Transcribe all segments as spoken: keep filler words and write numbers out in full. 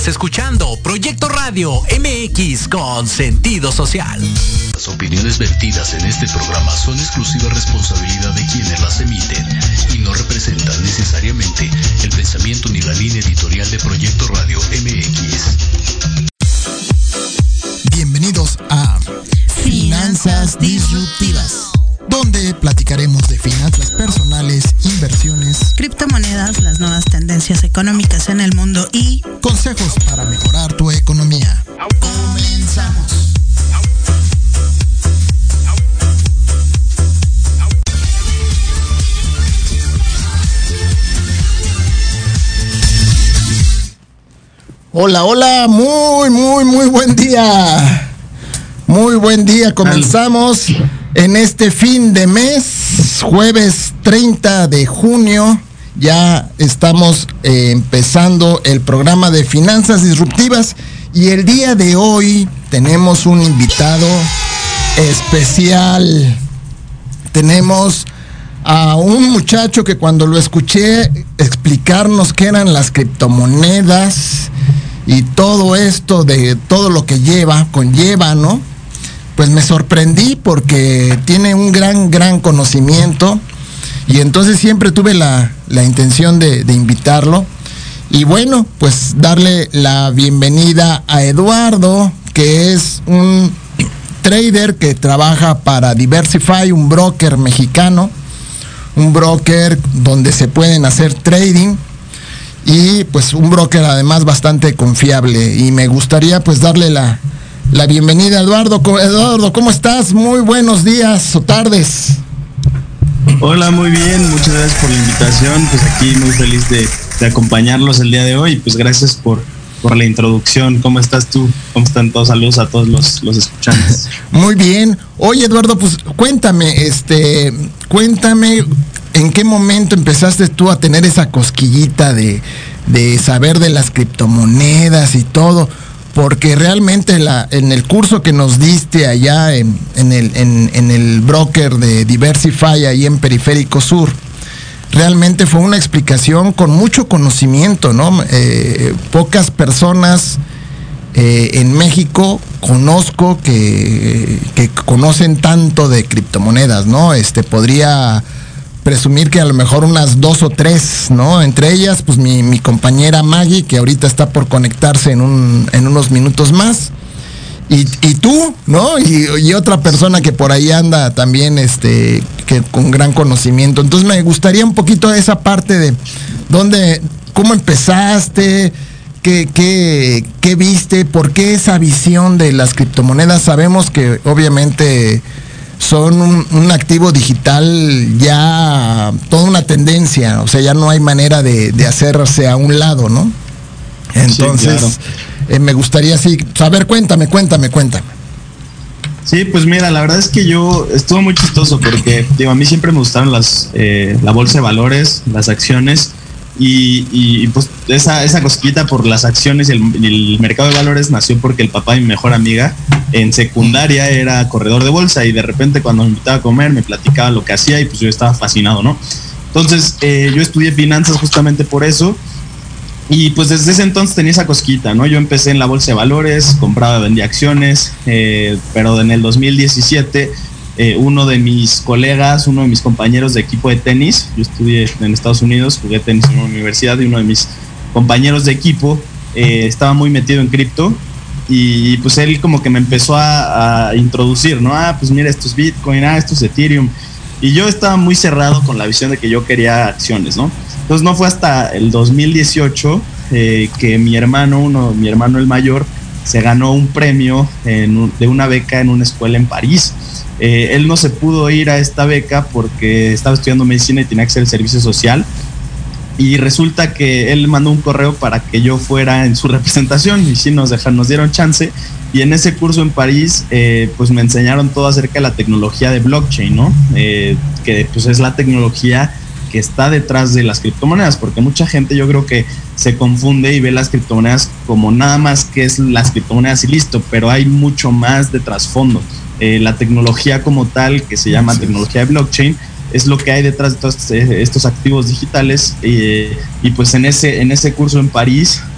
Estás escuchando Proyecto Radio M X con sentido social. Las opiniones vertidas en este programa son exclusiva responsabilidad de quienes las emiten y no representan necesariamente el pensamiento ni la línea editorial de Proyecto Radio M X. Bienvenidos a Finanzas Disruptivas, donde platicaremos de finanzas personales, inversiones, criptomonedas, las nuevas tendencias económicas en el mundo y consejos para mejorar tu economía. Comenzamos. Hola, hola, muy, muy, muy buen día. Muy buen día, comenzamos en este fin de mes, jueves treinta de junio. Ya estamos eh, empezando el programa de Finanzas Disruptivas y el día de hoy tenemos un invitado especial. Tenemos a un muchacho que cuando lo escuché explicarnos qué eran las criptomonedas y todo esto de todo lo que lleva, conlleva, ¿no? Pues me sorprendí porque tiene un gran, gran conocimiento y entonces siempre tuve la, la intención de, de invitarlo. Y bueno, pues darle la bienvenida a Eduardo, que es un trader que trabaja para Diversify, un broker mexicano, un broker donde se pueden hacer trading y pues un broker además bastante confiable. Y me gustaría pues darle la La bienvenida, Eduardo. Eduardo, ¿cómo estás? Muy buenos días o tardes. Hola, muy bien. Muchas gracias por la invitación. Pues aquí muy feliz de, de acompañarlos el día de hoy. Pues gracias por, por la introducción. ¿Cómo estás tú? ¿Cómo están todos? Saludos a todos los, los escuchantes. Muy bien. Oye, Eduardo, pues cuéntame, este, cuéntame en qué momento empezaste tú a tener esa cosquillita de, de saber de las criptomonedas y todo. Porque realmente la, en el curso que nos diste allá en, en, el, en, en el broker de Diversify, ahí en Periférico Sur, realmente fue una explicación con mucho conocimiento, ¿no? Eh, pocas personas eh, en México conozco que, que conocen tanto de criptomonedas, ¿no? Este, podría presumir que a lo mejor unas dos o tres, ¿no? Entre ellas, pues mi, mi compañera Maggie, que ahorita está por conectarse en un, en unos minutos más. Y, y tú, ¿no? Y, y otra persona que por ahí anda también, este, que con gran conocimiento. Entonces me gustaría un poquito esa parte de dónde, cómo empezaste, qué, qué, qué viste, por qué esa visión de las criptomonedas. Sabemos que obviamente son un, un activo digital ya toda una tendencia, o sea, ya no hay manera de, de hacerse a un lado, ¿no? Entonces, sí, claro. eh, me gustaría así, saber, cuéntame, cuéntame, cuéntame. Sí, pues mira, la verdad es que yo estuvo muy chistoso porque, digo, a mí siempre me gustaron las eh, la bolsa de valores, las acciones y, y pues esa, esa cosquillita por las acciones y el, el mercado de valores nació porque el papá de mi mejor amiga en secundaria era corredor de bolsa y de repente cuando me invitaba a comer me platicaba lo que hacía y pues yo estaba fascinado, ¿no? Entonces eh, yo estudié finanzas justamente por eso y pues desde ese entonces tenía esa cosquita, ¿no? Yo empecé en la bolsa de valores, compraba, vendía acciones, eh, pero en el dos mil diecisiete eh, uno de mis colegas, uno de mis compañeros de equipo de tenis, yo estudié en Estados Unidos, jugué tenis en una universidad y uno de mis compañeros de equipo eh, estaba muy metido en cripto. Y pues él como que me empezó a, a introducir, ¿no? Ah, pues mira, esto es Bitcoin, ah, esto es Ethereum. Y yo estaba muy cerrado con la visión de que yo quería acciones, ¿no? Entonces no fue hasta el dos mil dieciocho eh, que mi hermano, uno, mi hermano el mayor, se ganó un premio en un, de una beca en una escuela en París. Eh, él no se pudo ir a esta beca porque estaba estudiando medicina y tenía que hacer el servicio social. Y resulta que él mandó un correo para que yo fuera en su representación y sí nos dejaron, nos dieron chance. Y en ese curso en París, eh, pues me enseñaron todo acerca de la tecnología de blockchain, ¿no? Eh, que pues es la tecnología que está detrás de las criptomonedas, porque mucha gente yo creo que se confunde y ve las criptomonedas como nada más que es las criptomonedas y listo, pero hay mucho más de trasfondo. Eh, la tecnología como tal, que se llama tecnología de blockchain, es lo que hay detrás de todos estos activos digitales eh, y pues en ese, en ese curso en París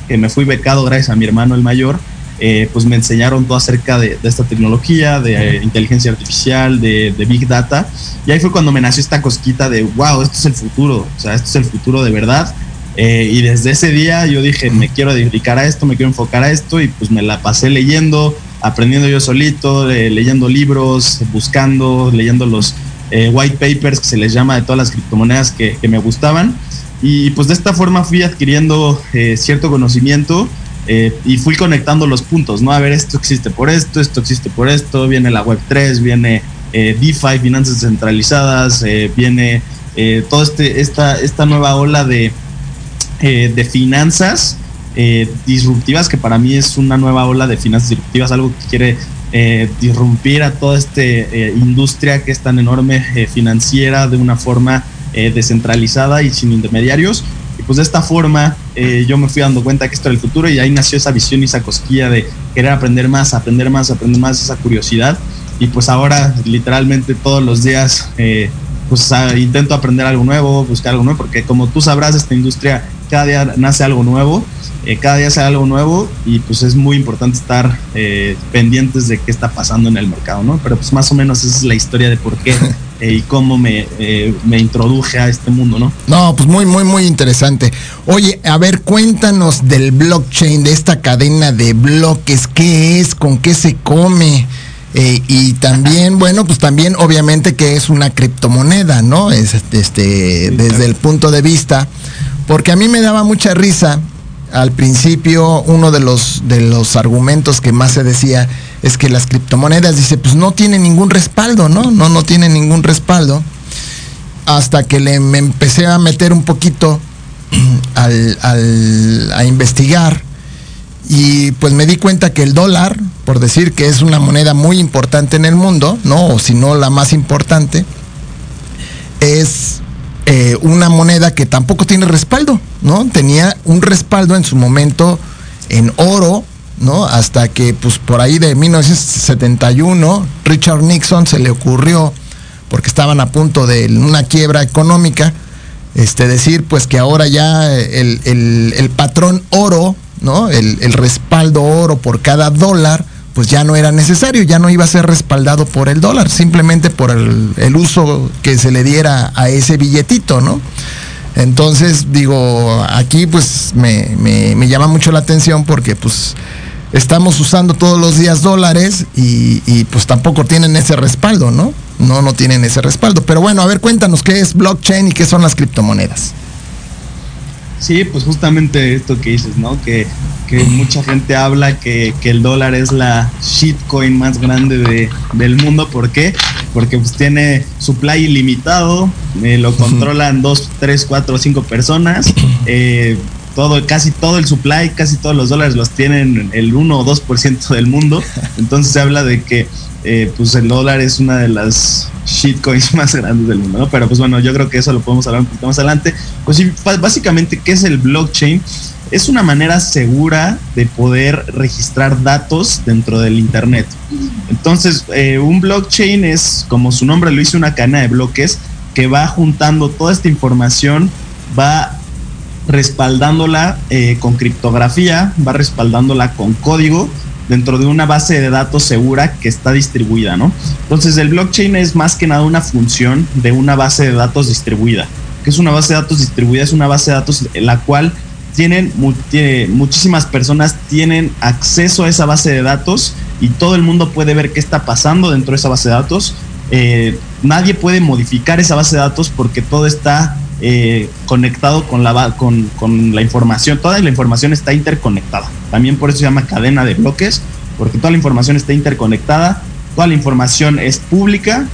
que me fui becado gracias a mi hermano el mayor, eh, pues me enseñaron todo acerca de, de esta tecnología, de eh, inteligencia artificial, de, de Big Data, y ahí fue cuando me nació esta cosquita de, wow, esto es el futuro, o sea, esto es el futuro de verdad. Eh, y desde ese día yo dije, me quiero dedicar a esto, me quiero enfocar a esto, y pues me la pasé leyendo, aprendiendo yo solito, eh, leyendo libros, buscando, leyendo los eh, white papers que se les llama de todas las criptomonedas que, que me gustaban, y pues de esta forma fui adquiriendo eh, cierto conocimiento eh, y fui conectando los puntos, ¿no? A ver, esto existe por esto, esto existe por esto, viene la web tres, viene eh, DeFi, finanzas descentralizadas, eh, viene eh, toda este, esta, esta nueva ola de Eh, de finanzas eh, disruptivas, que para mí es una nueva ola de finanzas disruptivas, algo que quiere eh, disrumpir a toda esta eh, industria que es tan enorme eh, financiera de una forma eh, descentralizada y sin intermediarios. Y pues de esta forma eh, yo me fui dando cuenta que esto era el futuro, y ahí nació esa visión y esa cosquilla de querer aprender más, aprender más, aprender más, esa curiosidad. Y pues ahora literalmente todos los días eh, pues a, intento aprender algo nuevo, buscar algo nuevo, porque como tú sabrás, esta industria cada día nace algo nuevo, eh, cada día sale algo nuevo, y pues es muy importante estar eh, pendientes de qué está pasando en el mercado, ¿no? Pero pues más o menos esa es la historia de por qué eh, y cómo me, eh, me introduje a este mundo, ¿no? No, pues muy, muy, muy interesante. Oye, a ver, cuéntanos del blockchain, de esta cadena de bloques, ¿qué es? ¿Con qué se come? Eh, y también, bueno, pues también obviamente que es una criptomoneda, ¿no? Es este, desde el punto de vista, porque a mí me daba mucha risa al principio. Uno de los de los argumentos que más se decía es que las criptomonedas, dice, pues no tienen ningún respaldo, ¿no? No, no tienen ningún respaldo. Hasta que le me empecé a meter un poquito al, al, a investigar, y pues me di cuenta que el dólar, por decir que es una moneda muy importante en el mundo, ¿no? O si no la más importante, es eh, una moneda que tampoco tiene respaldo, ¿no? Tenía un respaldo en su momento en oro, ¿no? Hasta que pues por ahí de mil novecientos setenta y uno Richard Nixon se le ocurrió, porque estaban a punto de una quiebra económica, este decir pues que ahora ya el, el, el patrón oro, ¿no? El, el respaldo oro por cada dólar, pues ya no era necesario, ya no iba a ser respaldado por el dólar, simplemente por el, el uso que se le diera a ese billetito, ¿no? Entonces, digo, aquí pues me, me, me llama mucho la atención, porque pues estamos usando todos los días dólares y, y pues tampoco tienen ese respaldo, ¿no? No, no tienen ese respaldo. Pero bueno, a ver, cuéntanos qué es blockchain y qué son las criptomonedas. Sí, pues justamente esto que dices, ¿no? Que, que mucha gente habla que, que el dólar es la shitcoin más grande de, del mundo. ¿Por qué? Porque pues tiene supply ilimitado, eh, lo controlan dos, tres, cuatro, cinco personas, eh, todo, casi todo el supply, casi todos los dólares los tienen el uno o dos por ciento del mundo. Entonces se habla de que eh, pues el dólar es una de las shitcoins más grandes del mundo, ¿no? Pero pues bueno, yo creo que eso lo podemos hablar un poquito más adelante. Pues sí, básicamente, ¿qué es el blockchain? Es una manera segura de poder registrar datos dentro del internet. Entonces, eh, un blockchain es, como su nombre lo dice, una cadena de bloques que va juntando toda esta información, va respaldándola eh, con criptografía, va respaldándola con código dentro de una base de datos segura que está distribuida, ¿no? Entonces el blockchain es más que nada una función de una base de datos distribuida. ¿Qué es una base de datos distribuida? Es una base de datos en la cual tienen multi, muchísimas personas tienen acceso a esa base de datos, y todo el mundo puede ver qué está pasando dentro de esa base de datos. Eh, nadie puede modificar esa base de datos porque todo está eh, conectado con la, con, con la información. Toda la información está interconectada. También por eso se llama cadena de bloques, porque toda la información está interconectada, toda la información es pública,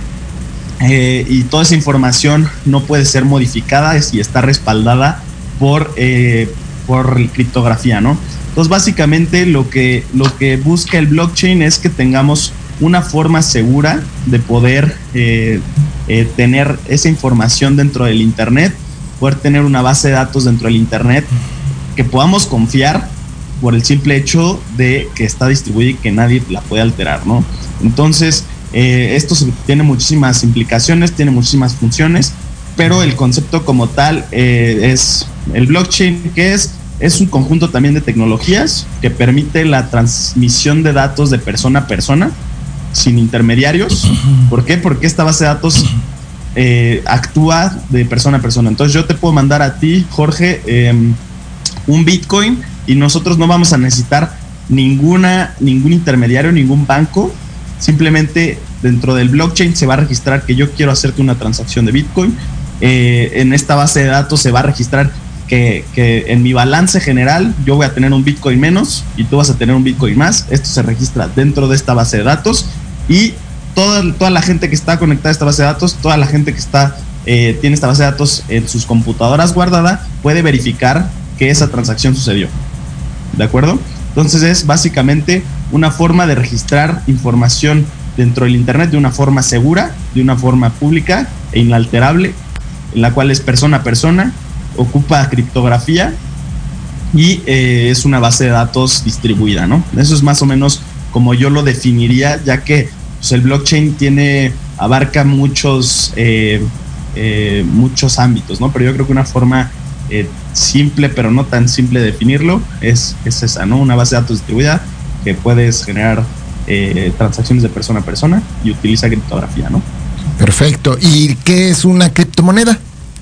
eh, y toda esa información no puede ser modificada y está respaldada por, eh, por criptografía, ¿no? Entonces básicamente lo que, lo que busca el blockchain es que tengamos una forma segura de poder eh, eh, tener esa información dentro del internet, poder tener una base de datos dentro del internet que podamos confiar por el simple hecho de que está distribuida y que nadie la puede alterar, ¿no? Entonces eh, esto tiene muchísimas implicaciones, tiene muchísimas funciones, pero el concepto como tal eh, es el blockchain, que es es un conjunto también de tecnologías que permite la transmisión de datos de persona a persona sin intermediarios. ¿Por qué? Porque esta base de datos eh, actúa de persona a persona. Entonces yo te puedo mandar a ti, Jorge, eh, un Bitcoin y nosotros no vamos a necesitar ninguna, ningún intermediario, ningún banco. Simplemente dentro del blockchain se va a registrar que yo quiero hacerte una transacción de Bitcoin. Eh, en esta base de datos se va a registrar que, que en mi balance general yo voy a tener un Bitcoin menos y tú vas a tener un Bitcoin más. Esto se registra dentro de esta base de datos y toda, toda la gente que está conectada a esta base de datos, toda la gente que está eh, tiene esta base de datos en sus computadoras guardada, puede verificar que esa transacción sucedió. ¿De acuerdo? Entonces es básicamente una forma de registrar información dentro del Internet de una forma segura, de una forma pública e inalterable, en la cual es persona a persona, ocupa criptografía y eh, es una base de datos distribuida, ¿no? Eso es más o menos como yo lo definiría, ya que pues, el blockchain tiene, abarca muchos, eh, eh, muchos ámbitos, ¿no? Pero yo creo que una forma eh, simple, pero no tan simple de definirlo, es, es esa, ¿no? Una base de datos distribuida que puedes generar eh, transacciones de persona a persona y utiliza criptografía, ¿no? Perfecto. ¿Y qué es una criptomoneda?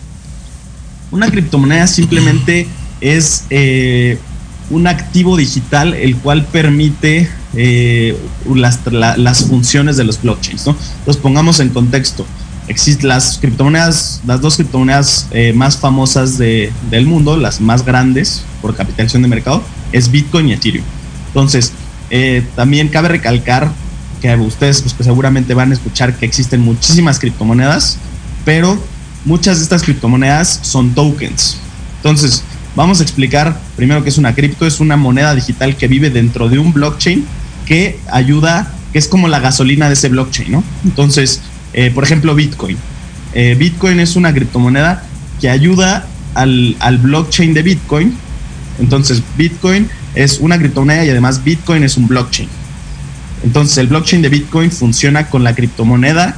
Una criptomoneda simplemente es eh, un activo digital el cual permite eh, las, la, las funciones de los blockchains, ¿no? Entonces pongamos en contexto. Existen las criptomonedas, las dos criptomonedas eh, más famosas de, del mundo, las más grandes por capitalización de mercado, es Bitcoin y Ethereum. Entonces, eh, también cabe recalcar que ustedes pues, seguramente van a escuchar que existen muchísimas criptomonedas, pero muchas de estas criptomonedas son tokens. Entonces, vamos a explicar primero qué es una cripto. Es una moneda digital que vive dentro de un blockchain que ayuda, que es como la gasolina de ese blockchain, ¿no? Entonces, eh, por ejemplo, Bitcoin. Eh, Bitcoin es una criptomoneda que ayuda al, al blockchain de Bitcoin. Entonces, Bitcoin es una criptomoneda y además Bitcoin es un blockchain. Entonces, el blockchain de Bitcoin funciona con la criptomoneda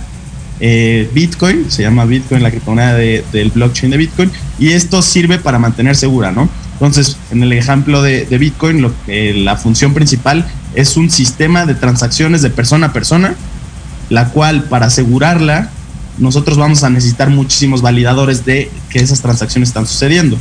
eh, Bitcoin, se llama Bitcoin la criptomoneda de, del blockchain de Bitcoin, y esto sirve para mantener segura, ¿no? Entonces, en el ejemplo de, de Bitcoin, lo que, la función principal es un sistema de transacciones de persona a persona, la cual, para asegurarla, nosotros vamos a necesitar muchísimos validadores de que esas transacciones están sucediendo.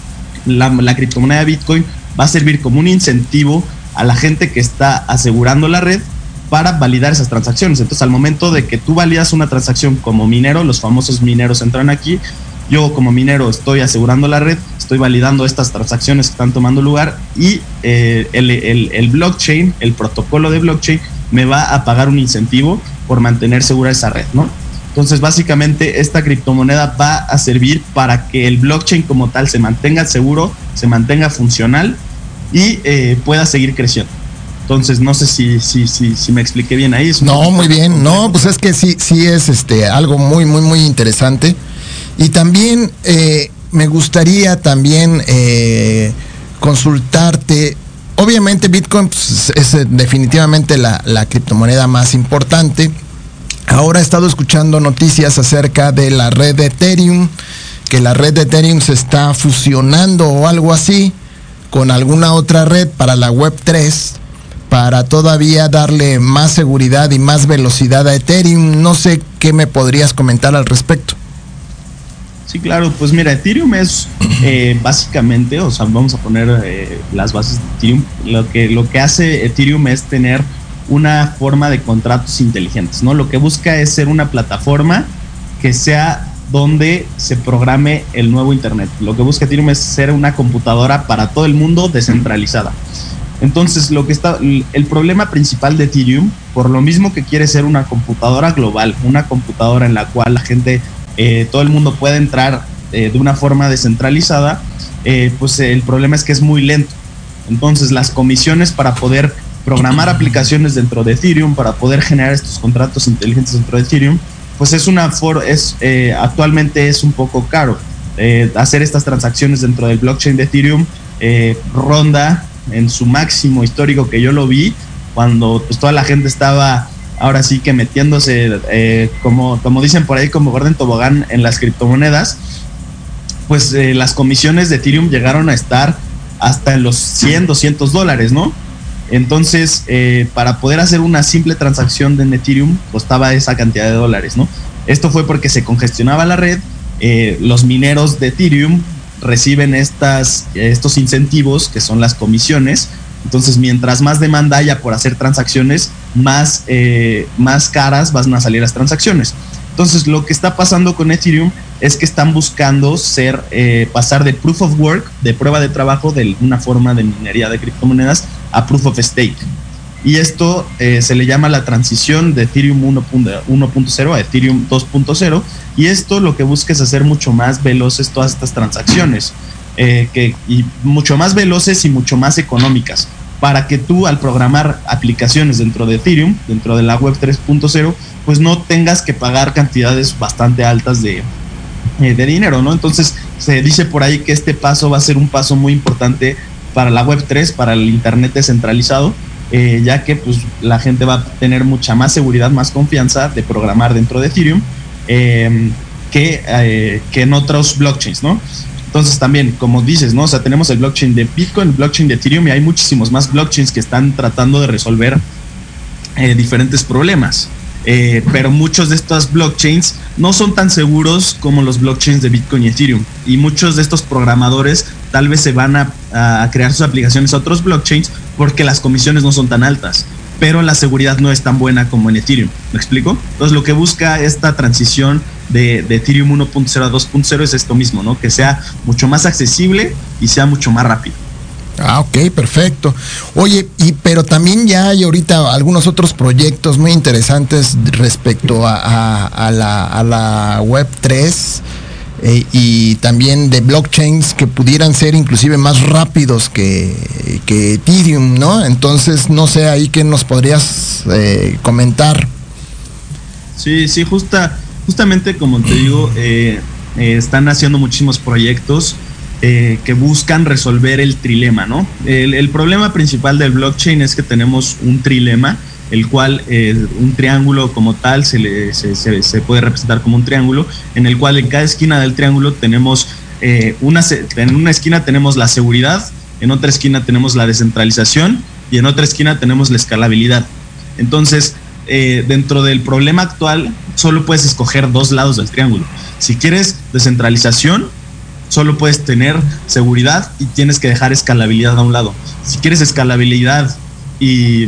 La, la criptomoneda de Bitcoin va a servir como un incentivo a la gente que está asegurando la red para validar esas transacciones. Entonces, al momento de que tú validas una transacción como minero, los famosos mineros entran aquí, yo como minero estoy asegurando la red, estoy validando estas transacciones que están tomando lugar y eh, el, el, el blockchain, el protocolo de blockchain me va a pagar un incentivo por mantener segura esa red, ¿no? Entonces, básicamente, esta criptomoneda va a servir para que el blockchain como tal se mantenga seguro, se mantenga funcional y eh, pueda seguir creciendo. Entonces, no sé si, si, si, si me expliqué bien ahí. No, muy bien. No, pues es que sí, sí es este algo muy, muy, muy interesante. Y también eh, me gustaría también eh, consultarte. Obviamente Bitcoin pues, es definitivamente la, la criptomoneda más importante. Ahora he estado escuchando noticias acerca de la red de Ethereum, que la red de Ethereum se está fusionando o algo así con alguna otra red para la web tres, para todavía darle más seguridad y más velocidad a Ethereum. No sé qué me podrías comentar al respecto. Sí, claro, pues mira, Ethereum es eh, básicamente, o sea, vamos a poner eh, las bases de Ethereum. Lo que, lo que hace Ethereum es tener una forma de contratos inteligentes, ¿no? Lo que busca es ser una plataforma que sea donde se programe el nuevo Internet. Lo que busca Ethereum es ser una computadora para todo el mundo descentralizada. Entonces, lo que está, el problema principal de Ethereum, por lo mismo que quiere ser una computadora global, una computadora en la cual la gente, eh, todo el mundo puede entrar eh, de una forma descentralizada, eh, pues el problema es que es muy lento. Entonces, las comisiones para poder programar aplicaciones dentro de Ethereum, para poder generar estos contratos inteligentes dentro de Ethereum, pues es una for es eh, actualmente es un poco caro. Eh, hacer estas transacciones dentro del blockchain de Ethereum eh, ronda en su máximo histórico, que yo lo vi cuando pues toda la gente estaba ahora sí que metiéndose eh, como, como dicen por ahí, como Gordon Tobogán en las criptomonedas. Pues eh, las comisiones de Ethereum llegaron a estar hasta en los cien, doscientos dólares, ¿no? Entonces, eh, para poder hacer una simple transacción de Ethereum costaba esa cantidad de dólares, ¿no? Esto fue porque se congestionaba la red, eh, los mineros de Ethereum reciben estas, estos incentivos que son las comisiones. Entonces, mientras más demanda haya por hacer transacciones, más, eh, más caras van a salir las transacciones. Entonces, lo que está pasando con Ethereum es que están buscando ser, eh, pasar de proof of work, de prueba de trabajo, de una forma de minería de criptomonedas, a proof of stake. Y esto eh, se le llama la transición de Ethereum uno punto cero a Ethereum dos punto cero. Y esto lo que busca es hacer mucho más veloces todas estas transacciones. Eh, que, y mucho más veloces y mucho más económicas, para que tú, al programar aplicaciones dentro de Ethereum, dentro de la web tres punto cero, pues no tengas que pagar cantidades bastante altas de, eh, de dinero, ¿no? Entonces se dice por ahí que este paso va a ser un paso muy importante para la web tres, para el internet descentralizado, eh, ya que pues la gente va a tener mucha más seguridad, más confianza de programar dentro de Ethereum eh, que, eh, que en otros blockchains, ¿no? Entonces también, como dices, ¿no? O sea, tenemos el blockchain de Bitcoin, el blockchain de Ethereum, y hay muchísimos más blockchains que están tratando de resolver eh, diferentes problemas. Eh, pero muchos de estos blockchains no son tan seguros como los blockchains de Bitcoin y Ethereum. Y muchos de estos programadores tal vez se van a, a crear sus aplicaciones a otros blockchains porque las comisiones no son tan altas, pero la seguridad no es tan buena como en Ethereum. ¿Me explico? Entonces, lo que busca esta transición de, de Ethereum uno punto cero a dos punto cero es esto mismo, ¿no? Que sea mucho más accesible y sea mucho más rápido. Ah, ok, perfecto. Oye, y pero también ya hay ahorita algunos otros proyectos muy interesantes respecto a, a, a, la, a la web tres eh, y también de blockchains que pudieran ser inclusive más rápidos que, que Ethereum, ¿no? Entonces, no sé ahí qué nos podrías eh, comentar. Sí, sí, justa, justamente como te digo, eh, eh, están haciendo muchísimos proyectos Eh, que buscan resolver el trilema, ¿no? El, el problema principal del blockchain es que tenemos un trilema, el cual eh, un triángulo como tal se, le, se, se, se puede representar como un triángulo, en el cual en cada esquina del triángulo tenemos eh, una, en una esquina tenemos la seguridad, en otra esquina tenemos la descentralización y en otra esquina tenemos la escalabilidad. Entonces, eh, dentro del problema actual, solo puedes escoger dos lados del triángulo. Si quieres descentralización, solo puedes tener seguridad y tienes que dejar escalabilidad a un lado. Si quieres escalabilidad y,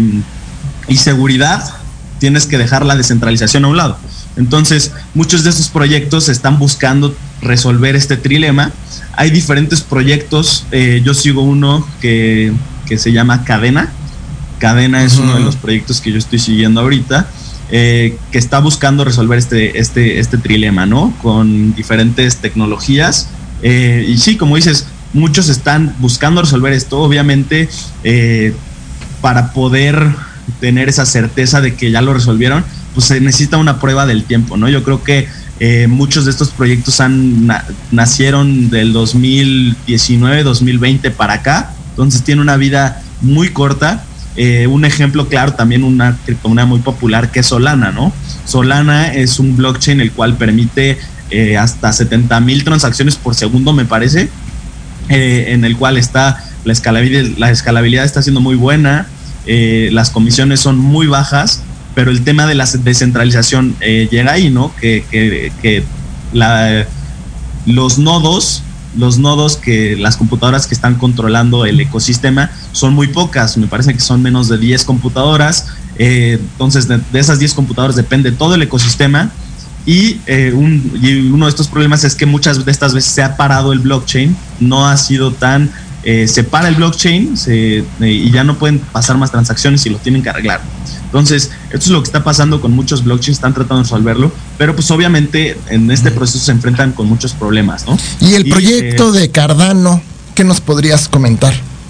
y seguridad, tienes que dejar la descentralización a un lado. Entonces, muchos de estos proyectos están buscando resolver este trilema. Hay diferentes proyectos. Eh, yo sigo uno que, que se llama Cadena. Cadena uh-huh. es uno de los proyectos que yo estoy siguiendo ahorita, eh, que está buscando resolver este, este, este trilema, ¿no? Con diferentes tecnologías. Eh, y sí, como dices, muchos están buscando resolver esto, obviamente, eh, para poder tener esa certeza de que ya lo resolvieron, pues se necesita una prueba del tiempo, ¿no? Yo creo que eh, muchos de estos proyectos han na- nacieron del dos mil diecinueve, dos mil veinte para acá, entonces tiene una vida muy corta. Eh, un ejemplo claro, también una criptomoneda muy popular que es Solana, ¿no? Solana es un blockchain el cual permite Eh, hasta setenta mil transacciones por segundo, me parece, eh, en el cual está la escalabilidad, la escalabilidad está siendo muy buena, eh, las comisiones son muy bajas, pero el tema de la descentralización eh, llega ahí, ¿no? Que, que, que la, los nodos, los nodos que las computadoras que están controlando el ecosistema son muy pocas, me parece que son menos de diez computadoras, eh, entonces de, de esas diez computadoras depende todo el ecosistema. Y, eh, un, y uno de estos problemas es que muchas de estas veces se ha parado el blockchain, no ha sido tan, eh, se para el blockchain se, eh, y ya no pueden pasar más transacciones y lo tienen que arreglar. Entonces, esto es lo que está pasando con muchos blockchains, están tratando de resolverlo, pero pues obviamente en este proceso se enfrentan con muchos problemas, ¿no? Y el y, proyecto eh, de Cardano, ¿qué nos podrías comentar?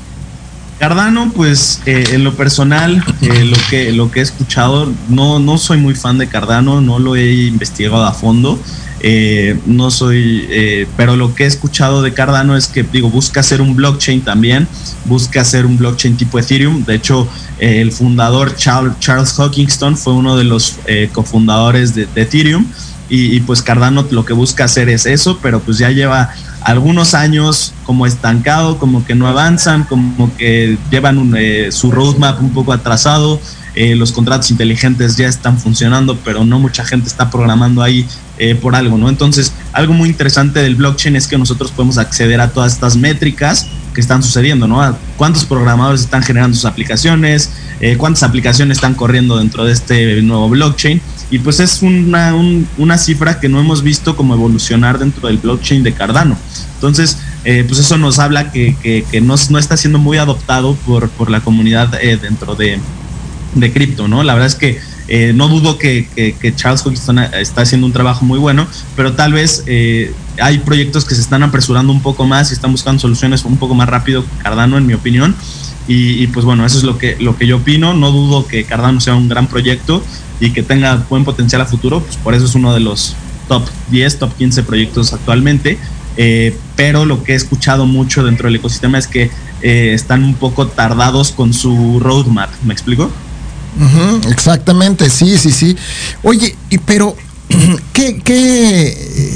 Cardano, pues eh, en lo personal, eh, lo que lo que he escuchado, no, no soy muy fan de Cardano, no lo he investigado a fondo, eh, no soy, eh, pero lo que he escuchado de Cardano es que, digo, busca hacer un blockchain también, busca hacer un blockchain tipo Ethereum. De hecho, eh, el fundador Charles, Charles Hoskinson fue uno de los eh, cofundadores de, de Ethereum. Y, y pues Cardano lo que busca hacer es eso, pero pues ya lleva algunos años como estancado, como que no avanzan, como que llevan un, eh, su roadmap un poco atrasado. Eh, los contratos inteligentes ya están funcionando, pero no mucha gente está programando ahí eh, por algo, ¿no? Entonces, algo muy interesante del blockchain es que nosotros podemos acceder a todas estas métricas que están sucediendo, ¿no? A cuántos programadores están generando sus aplicaciones, eh, cuántas aplicaciones están corriendo dentro de este nuevo blockchain, y pues es una, un, una cifra que no hemos visto como evolucionar dentro del blockchain de Cardano. Entonces, eh, pues eso nos habla que, que, que no, no está siendo muy adoptado por, por la comunidad eh, dentro de de cripto, ¿no? La verdad es que eh, no dudo que, que, que Charles Hoskinson está haciendo un trabajo muy bueno, pero tal vez eh, hay proyectos que se están apresurando un poco más y están buscando soluciones un poco más rápido que Cardano, en mi opinión, y, y pues bueno, eso es lo que, lo que yo opino. No dudo que Cardano sea un gran proyecto y que tenga buen potencial a futuro, pues por eso es uno de los top diez, top quince proyectos actualmente, eh, pero lo que he escuchado mucho dentro del ecosistema es que eh, están un poco tardados con su roadmap, ¿me explico? Uh-huh, exactamente, sí, sí, sí. Oye, y pero ¿qué, qué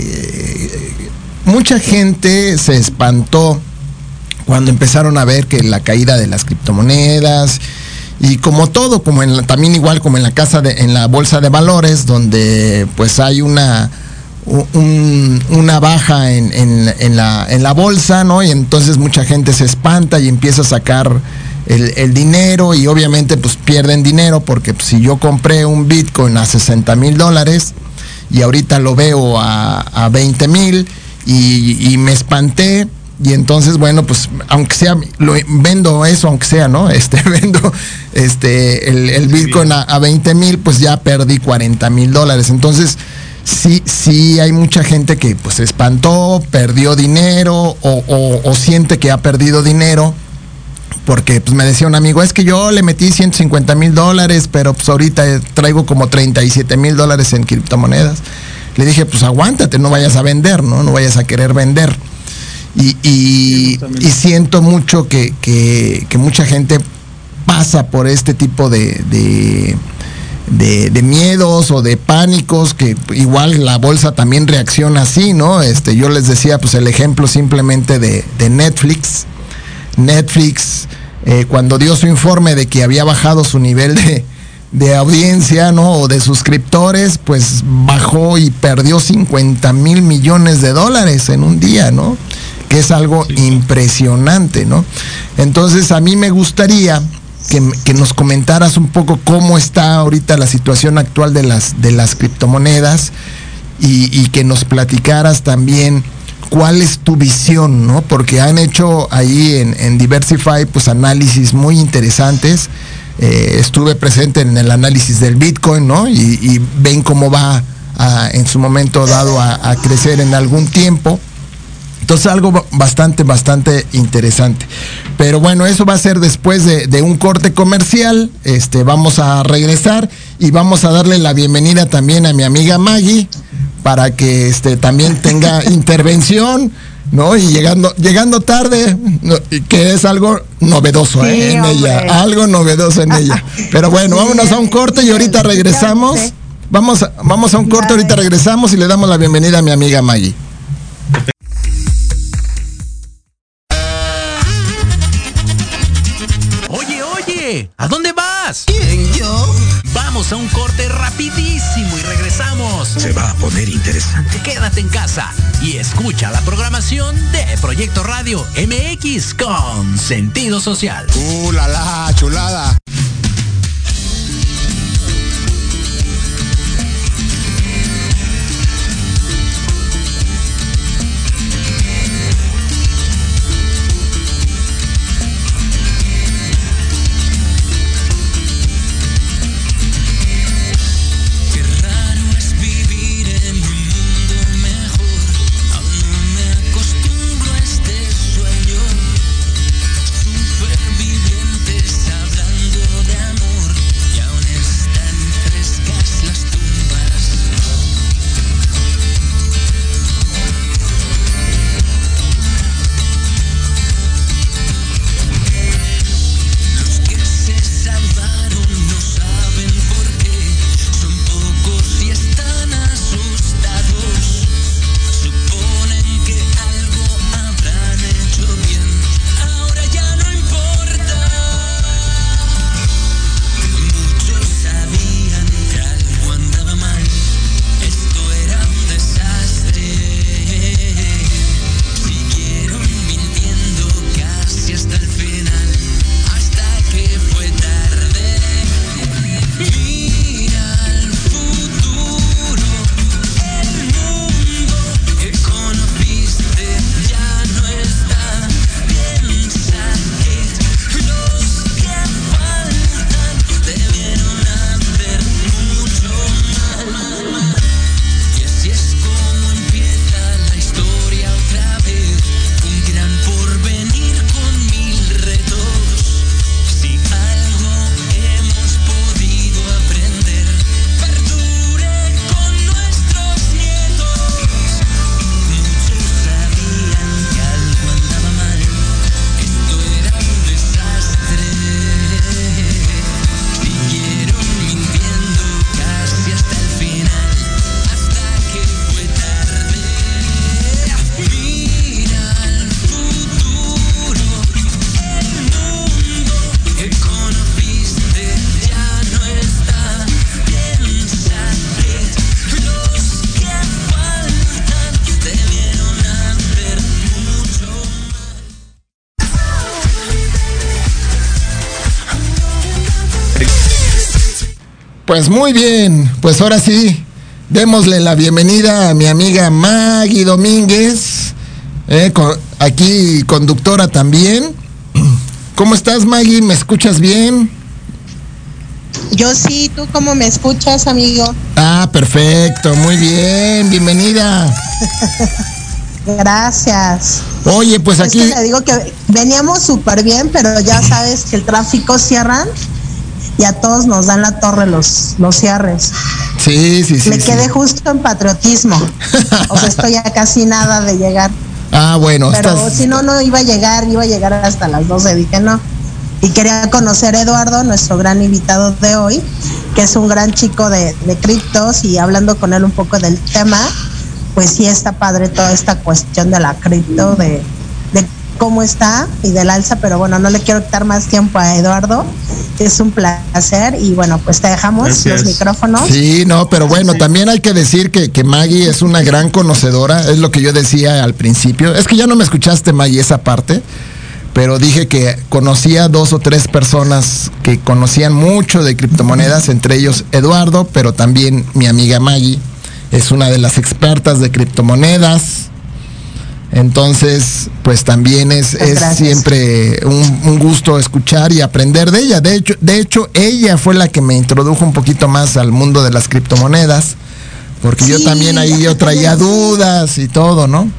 eh, mucha gente se espantó cuando empezaron a ver que la caída de las criptomonedas, y como todo, como en la, también igual como en la casa de, en la bolsa de valores, donde pues hay una un, una baja en, en, en la en la bolsa, ¿no? Y entonces mucha gente se espanta y empieza a sacar El, el dinero, y obviamente pues pierden dinero, porque pues, si yo compré un Bitcoin a sesenta mil dólares y ahorita lo veo a, a veinte mil y, y me espanté, y entonces bueno, pues aunque sea, lo vendo eso, aunque sea, ¿no? Este, vendo este el, el Bitcoin a, a veinte mil, pues ya perdí cuarenta mil dólares. Entonces sí, sí hay mucha gente que pues se espantó, perdió dinero o, o, o siente que ha perdido dinero. Porque pues me decía un amigo, es que yo le metí ciento cincuenta mil dólares, pero pues ahorita traigo como treinta y siete mil dólares en criptomonedas. Le dije, pues aguántate, no vayas a vender, ¿no? No vayas a querer vender. Y, y, y siento mucho que, que, que mucha gente pasa por este tipo de, de, de, de miedos o de pánicos, que igual la bolsa también reacciona así, ¿no? Este, yo les decía, pues el ejemplo simplemente de, de Netflix. Netflix, eh, cuando dio su informe de que había bajado su nivel de, de audiencia, ¿no? O de suscriptores, pues bajó y perdió cincuenta mil millones de dólares en un día, ¿no? Que es algo sí, impresionante, ¿no? Entonces a mí me gustaría que, que nos comentaras un poco cómo está ahorita la situación actual de las, de las criptomonedas, y, y que nos platicaras también cuál es tu visión, ¿no? Porque han hecho ahí en, en Diversify pues análisis muy interesantes. Eh, estuve presente en el análisis del Bitcoin, ¿no? Y, y ven cómo va a, en su momento dado a, a crecer en algún tiempo. Entonces algo bastante, bastante interesante. Pero bueno, eso va a ser después de, de un corte comercial. Este, vamos a regresar y vamos a darle la bienvenida también a mi amiga Maggie, para que este también tenga intervención, ¿no? Y llegando llegando tarde, no, que es algo novedoso, sí, ¿eh? En hombre. ella, algo novedoso en ella. Pero bueno, sí, vámonos a un corte y ahorita regresamos. Vamos a, vamos a un corte, ahorita regresamos y le damos la bienvenida a mi amiga Maggie. Oye, oye, ¿a dónde vas? ¿Quién, yo? Vamos a un corte rapidísimo y regresamos. Se va a poner interesante. Quédate en casa y escucha la programación de Proyecto Radio M X con sentido social. ¡Uh, la, la, chulada! Supervivientes hablando Pues muy bien, pues ahora sí, démosle la bienvenida a mi amiga Maggie Domínguez, eh, con, aquí conductora también. ¿Cómo estás, Maggie? ¿Me escuchas bien? Yo sí, ¿tú cómo me escuchas, amigo? Ah, perfecto, muy bien, bienvenida. Gracias. Oye, pues aquí... Es que le digo que veníamos súper bien, pero ya sabes que el tráfico cierran y a todos nos dan la torre los, los cierres. Sí, sí, sí. Me quedé sí. justo en patriotismo. O sea, estoy a casi nada de llegar. Ah, bueno. Pero estás... si no, no iba a llegar, iba a llegar hasta las doce. Dije no. Y quería conocer a Eduardo, nuestro gran invitado de hoy, que es un gran chico de, de criptos, y hablando con él un poco del tema, pues sí está padre toda esta cuestión de la cripto, de, de cómo está y del alza, pero bueno, no le quiero quitar más tiempo a Eduardo. Es un placer y bueno, pues te dejamos Gracias. Los micrófonos. Sí, no, pero bueno, sí. También hay que decir que, que Maggie es una gran conocedora, es lo que yo decía al principio. Es que ya no me escuchaste, Maggie, esa parte, pero dije que conocía dos o tres personas que conocían mucho de criptomonedas, entre ellos Eduardo, pero también mi amiga Maggie es una de las expertas de criptomonedas. Entonces, pues también es, es siempre un, un gusto escuchar y aprender de ella. De hecho, de hecho, ella fue la que me introdujo un poquito más al mundo de las criptomonedas, porque sí, yo también ahí yo traía dudas y todo, ¿no?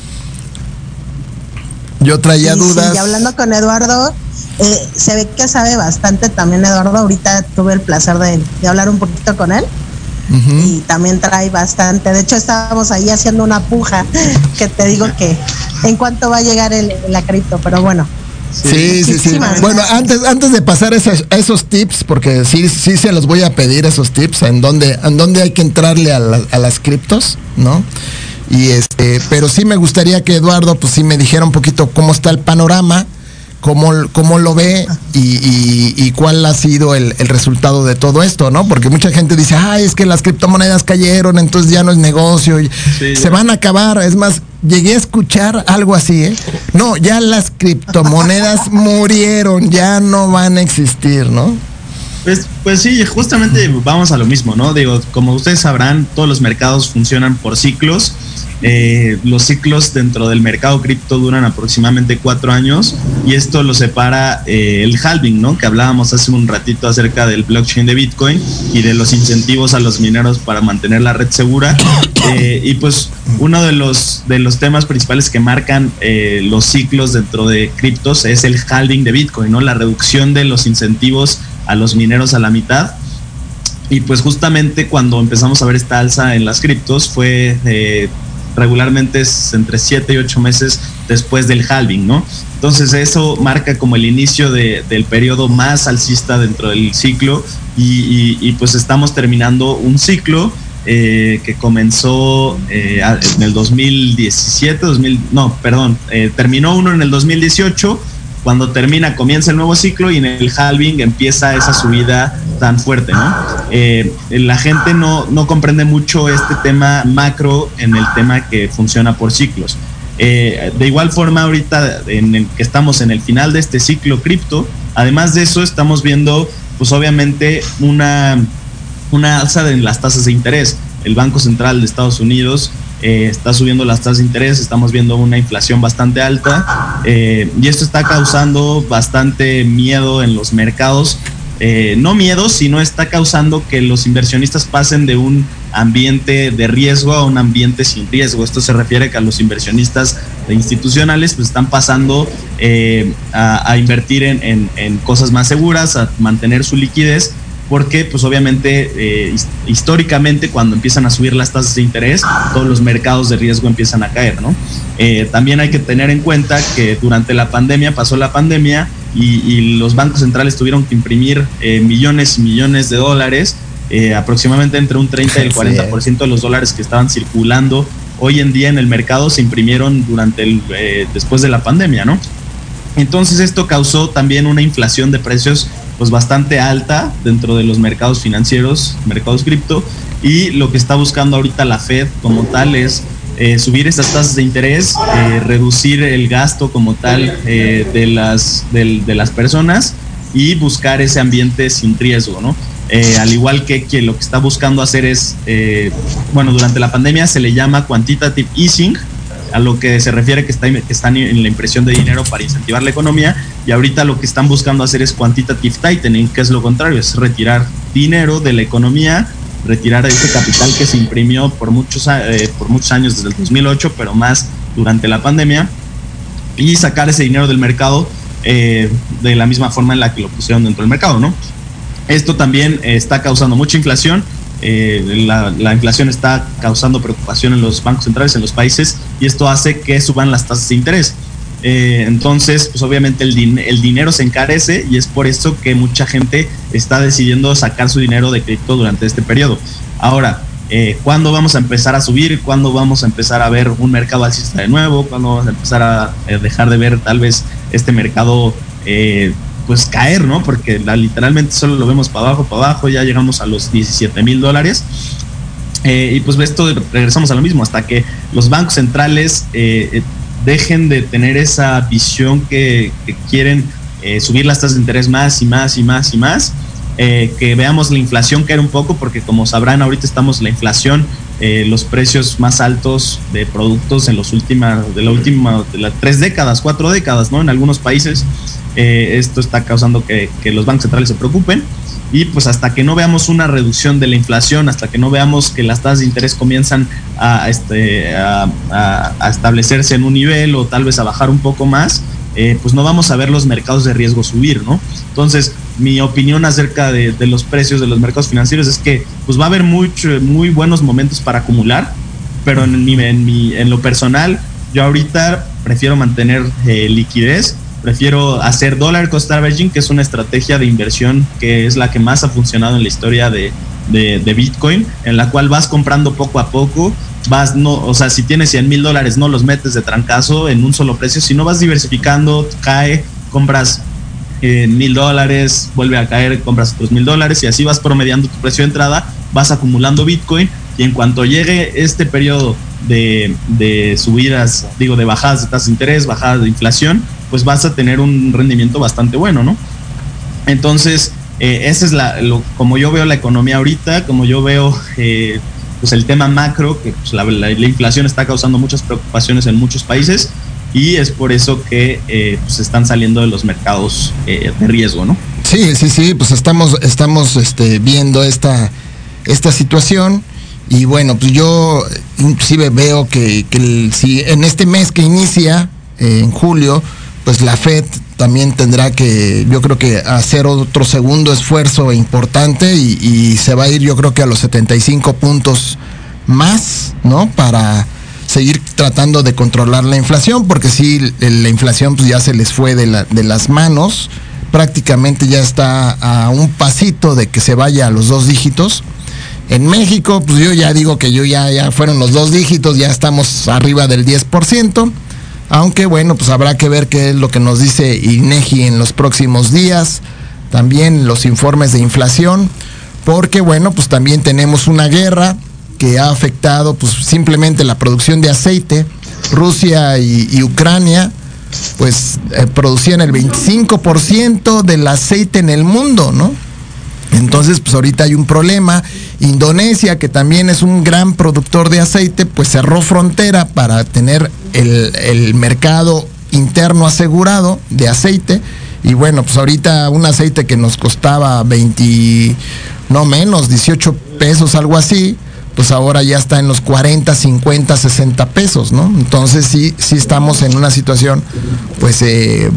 Yo traía sí, dudas. Sí, y hablando con Eduardo, eh, se ve que sabe bastante también Eduardo. Ahorita tuve el placer de, de hablar un poquito con él. Uh-huh. Y también trae bastante. De hecho, estábamos ahí haciendo una puja que te digo que en cuánto va a llegar el, la cripto, pero bueno. Sí, sí, sí. Bueno, antes, antes de pasar esos, esos tips, porque sí, sí se los voy a pedir esos tips, en dónde, en dónde hay que entrarle a, la, a las criptos, ¿no? Y este, pero sí me gustaría que Eduardo, pues sí me dijera un poquito cómo está el panorama, cómo, cómo lo ve y, y, y cuál ha sido el, el resultado de todo esto, ¿no? Porque mucha gente dice, ay, es que las criptomonedas cayeron, entonces ya no es negocio, y sí, se van a acabar. Es más, llegué a escuchar algo así, ¿eh? No, ya las criptomonedas murieron, ya no van a existir, ¿no? Pues, pues sí, justamente vamos a lo mismo, ¿no? Digo, como ustedes sabrán, todos los mercados funcionan por ciclos. Eh, los ciclos dentro del mercado cripto duran aproximadamente cuatro años y esto lo separa eh, el halving, ¿no? Que hablábamos hace un ratito acerca del blockchain de Bitcoin y de los incentivos a los mineros para mantener la red segura. Eh, y pues uno de los, de los temas principales que marcan eh, los ciclos dentro de criptos es el halving de Bitcoin, ¿no? La reducción de los incentivos a los mineros a la mitad. Y pues justamente cuando empezamos a ver esta alza en las criptos fue eh, regularmente es entre siete y ocho meses después del halving, ¿no? Entonces eso marca como el inicio de, del periodo más alcista dentro del ciclo y, y, y pues estamos terminando un ciclo eh, que comenzó eh, en el dos mil diecisiete, dos mil, no, perdón, eh, terminó uno en el dos mil dieciocho. Cuando termina, comienza el nuevo ciclo y en el halving empieza esa subida tan fuerte, ¿no? Eh, la gente no, no comprende mucho este tema macro en el tema que funciona por ciclos. Eh, de igual forma, ahorita en el que estamos en el final de este ciclo cripto, además de eso estamos viendo, pues obviamente, una, una alza en las tasas de interés. El Banco Central de Estados Unidos Eh, está subiendo las tasas de interés, estamos viendo una inflación bastante alta eh, y esto está causando bastante miedo en los mercados, eh, no miedo, sino está causando que los inversionistas pasen de un ambiente de riesgo a un ambiente sin riesgo. Esto se refiere que a los inversionistas institucionales pues están pasando eh, a, a invertir en, en, en cosas más seguras, a mantener su liquidez, porque pues obviamente eh, históricamente cuando empiezan a subir las tasas de interés todos los mercados de riesgo empiezan a caer, ¿no? Eh, también hay que tener en cuenta que durante la pandemia pasó la pandemia y, y los bancos centrales tuvieron que imprimir eh, millones y millones de dólares, eh, aproximadamente entre un treinta y el cuarenta por ciento de los dólares que estaban circulando hoy en día en el mercado se imprimieron durante el eh, después de la pandemia, ¿no? Entonces esto causó también una inflación de precios pues bastante alta dentro de los mercados financieros, mercados cripto, y lo que está buscando ahorita la Fed como tal es eh, subir esas tasas de interés, eh, reducir el gasto como tal eh, de las de, de las personas y buscar ese ambiente sin riesgo, ¿no? Eh, al igual que, que lo que está buscando hacer es, eh, bueno, durante la pandemia se le llama quantitative easing, a lo que se refiere que, está, que están en la impresión de dinero para incentivar la economía, y ahorita lo que están buscando hacer es quantitative tightening, que es lo contrario, es retirar dinero de la economía, retirar ese capital que se imprimió por muchos, eh, por muchos años desde el dos mil ocho, pero más durante la pandemia, y sacar ese dinero del mercado eh, de la misma forma en la que lo pusieron dentro del mercado, ¿no? Esto también eh, está causando mucha inflación. Eh, la, la inflación está causando preocupación en los bancos centrales, en los países, y esto hace que suban las tasas de interés. Eh, entonces, pues obviamente el, din- el dinero se encarece, y es por eso que mucha gente está decidiendo sacar su dinero de cripto durante este periodo. Ahora, eh, ¿cuándo vamos a empezar a subir? ¿Cuándo vamos a empezar a ver un mercado alcista de nuevo? ¿Cuándo vamos a empezar a eh, dejar de ver tal vez este mercado eh, pues caer, ¿no? Porque la, literalmente solo lo vemos para abajo, para abajo, ya llegamos a los diecisiete mil dólares. Eh, y pues esto regresamos a lo mismo, hasta que los bancos centrales eh, dejen de tener esa visión que, que quieren eh, subir las tasas de interés más y más y más y más, eh, que veamos la inflación caer un poco, porque como sabrán, ahorita estamos la inflación, eh, los precios más altos de productos en los últimas, de la última, de las tres décadas, cuatro décadas, ¿no? En algunos países. Eh, esto está causando que, que los bancos centrales se preocupen, y pues hasta que no veamos una reducción de la inflación, hasta que no veamos que las tasas de interés comienzan a, este, a, a, a establecerse en un nivel o tal vez a bajar un poco más, eh, pues no vamos a ver los mercados de riesgo subir, ¿no? Entonces, mi opinión acerca de, de los precios de los mercados financieros es que pues va a haber mucho, muy buenos momentos para acumular, pero en, mi, en, mi, en lo personal, yo ahorita prefiero mantener eh, liquidez. Prefiero hacer dollar cost averaging, que es una estrategia de inversión que es la que más ha funcionado en la historia de, de, de Bitcoin, en la cual vas comprando poco a poco, vas, no, o sea, si tienes cien mil dólares, no los metes de trancazo en un solo precio, sino vas diversificando, cae, compras eh, mil dólares, vuelve a caer, compras otros mil dólares, y así vas promediando tu precio de entrada, vas acumulando Bitcoin, y en cuanto llegue este periodo de, de subidas, digo, de bajadas de tasas de interés, bajadas de inflación, pues vas a tener un rendimiento bastante bueno, ¿no? Entonces, eh, esa es la, lo, como yo veo la economía ahorita, como yo veo eh, pues el tema macro, que pues la, la, la inflación está causando muchas preocupaciones en muchos países, y es por eso que eh, pues están saliendo de los mercados eh, de riesgo, ¿no? Sí, sí, sí, pues estamos, estamos este, viendo esta, esta situación. Y bueno, pues yo inclusive veo que, que el, si en este mes que inicia, eh, en julio, pues la Fed también tendrá que, yo creo que hacer otro segundo esfuerzo importante, y, y se va a ir, yo creo que a los setenta y cinco puntos más, ¿no? Para seguir tratando de controlar la inflación, porque sí, la inflación pues ya se les fue de, la, de las manos, prácticamente ya está a un pasito de que se vaya a los dos dígitos. En México, pues yo ya digo que yo ya, ya fueron los dos dígitos, ya estamos arriba del diez por ciento, aunque bueno, pues habrá que ver qué es lo que nos dice INEGI en los próximos días, también los informes de inflación, porque bueno, pues también tenemos una guerra que ha afectado pues simplemente la producción de aceite. Rusia y, y Ucrania pues eh, producían el veinticinco por ciento del aceite en el mundo, ¿no? Entonces, pues ahorita hay un problema. Indonesia, que también es un gran productor de aceite, pues cerró frontera para tener el, el mercado interno asegurado de aceite. Y bueno, pues ahorita un aceite que nos costaba veinte, no menos, dieciocho pesos, algo así, pues ahora ya está en los cuarenta, cincuenta, sesenta pesos, ¿no? Entonces sí, sí estamos en una situación pues eh,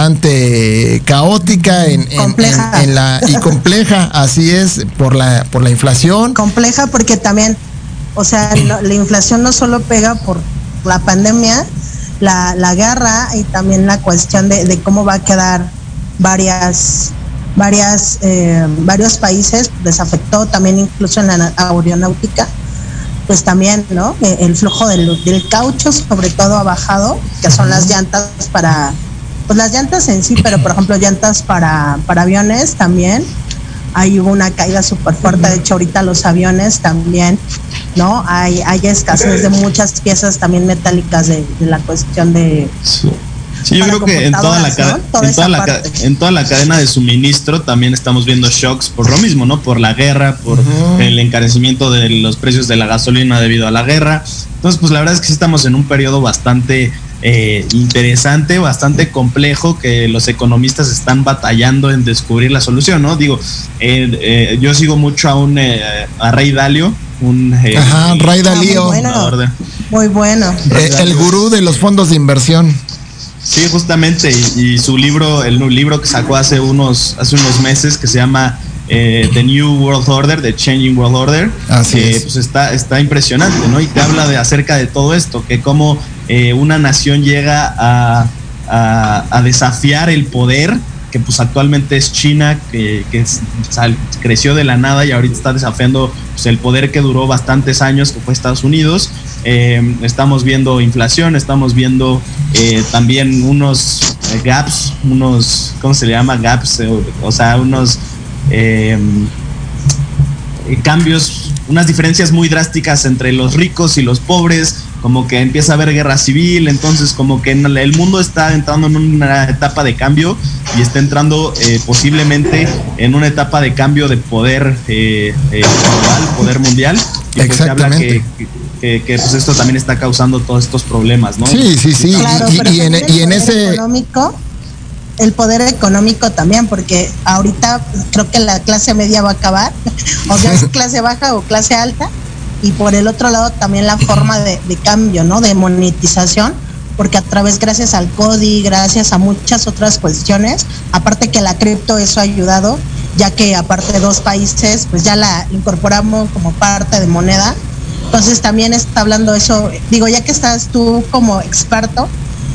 bastante caótica en, compleja. En, en, en la y compleja, así es, por la por la inflación. Compleja porque también, o sea, no, la inflación no solo pega por la pandemia, la, la guerra, y también la cuestión de, de cómo va a quedar varias varias eh, varios países. Les afectó también incluso en la aeronáutica, pues también, ¿no? El flujo del, del caucho sobre todo ha bajado, que son las llantas para, pues las llantas en sí, pero por ejemplo llantas para, para aviones también. Ahí hubo una caída súper fuerte, de hecho ahorita los aviones también, ¿no? Hay, hay escasez de muchas piezas también metálicas de, de la cuestión de, Sí, yo creo que en toda la cadena, toda en, toda la, en toda la cadena de suministro también estamos viendo shocks por lo mismo, ¿no? Por la guerra, por uh-huh. el encarecimiento de los precios de la gasolina debido a la guerra. Entonces, pues la verdad es que sí estamos en un periodo bastante eh, interesante, bastante complejo, que los economistas están batallando en descubrir la solución, ¿no? Digo, eh, eh, yo sigo mucho a un eh, a Ray Dalio, un eh, Ajá, Ray Dalio, muy bueno, de, muy bueno. Eh, el gurú de los fondos de inversión. Sí, justamente, y, y su libro, el libro que sacó hace unos hace unos meses, que se llama eh, The New World Order, The Changing World Order, Así que es. pues está está impresionante, ¿no? Y te habla de acerca de todo esto, que cómo eh, una nación llega a, a, a desafiar el poder, que pues actualmente es China, que, que sal, creció de la nada y ahorita está desafiando pues, el poder que duró bastantes años, que fue Estados Unidos. Eh, estamos viendo inflación, estamos viendo eh, también unos gaps, unos, ¿cómo se le llama? Gaps, eh, o sea, unos eh, cambios, unas diferencias muy drásticas entre los ricos y los pobres, como que empieza a haber guerra civil, entonces como que el mundo está entrando en una etapa de cambio y está entrando eh, posiblemente en una etapa de cambio de poder eh, eh, global, poder mundial. Y pues se habla que, que, que, que pues esto también está causando todos estos problemas, ¿no? Sí, sí, sí. Claro, y, pero y, en, y en ese económico, el poder económico también, porque ahorita creo que la clase media va a acabar, o sea, es clase baja o clase alta. Y por el otro lado también la forma de, de cambio, ¿no? De monetización, porque a través, gracias al C O D I, gracias a muchas otras cuestiones, aparte que la cripto eso ha ayudado, ya que aparte de dos países, pues ya la incorporamos como parte de moneda. Entonces también está hablando eso, digo, ya que estás tú como experto,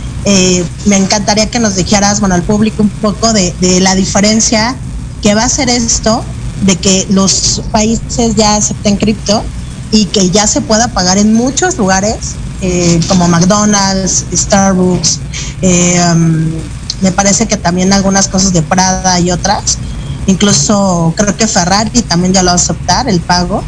eh, me encantaría que nos dijeras, bueno, al público un poco de, de la diferencia que va a hacer esto, de que los países ya acepten cripto, y que ya se pueda pagar en muchos lugares, eh, como McDonald's, Starbucks, eh, um, me parece que también algunas cosas de Prada y otras, incluso creo que Ferrari también ya lo va a aceptar, el pago,